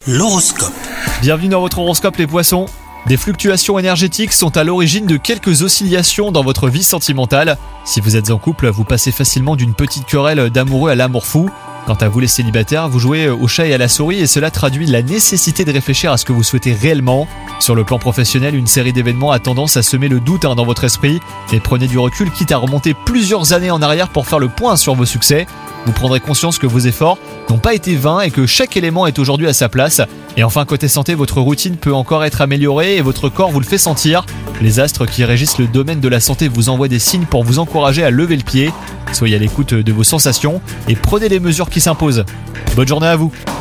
L'horoscope. Bienvenue dans votre horoscope les poissons. Des fluctuations énergétiques sont à l'origine de quelques oscillations dans votre vie sentimentale. Si vous êtes en couple, vous passez facilement d'une petite querelle d'amoureux à l'amour fou. Quant à vous les célibataires, vous jouez au chat et à la souris et cela traduit la nécessité de réfléchir à ce que vous souhaitez réellement. Sur le plan professionnel, une série d'événements a tendance à semer le doute dans votre esprit. Et prenez du recul, quitte à remonter plusieurs années en arrière pour faire le point sur vos succès. Vous prendrez conscience que vos efforts n'ont pas été vains et que chaque élément est aujourd'hui à sa place. Et enfin, côté santé, votre routine peut encore être améliorée et votre corps vous le fait sentir. Les astres qui régissent le domaine de la santé vous envoient des signes pour vous encourager à lever le pied. Soyez à l'écoute de vos sensations et prenez les mesures qui s'imposent. Bonne journée à vous!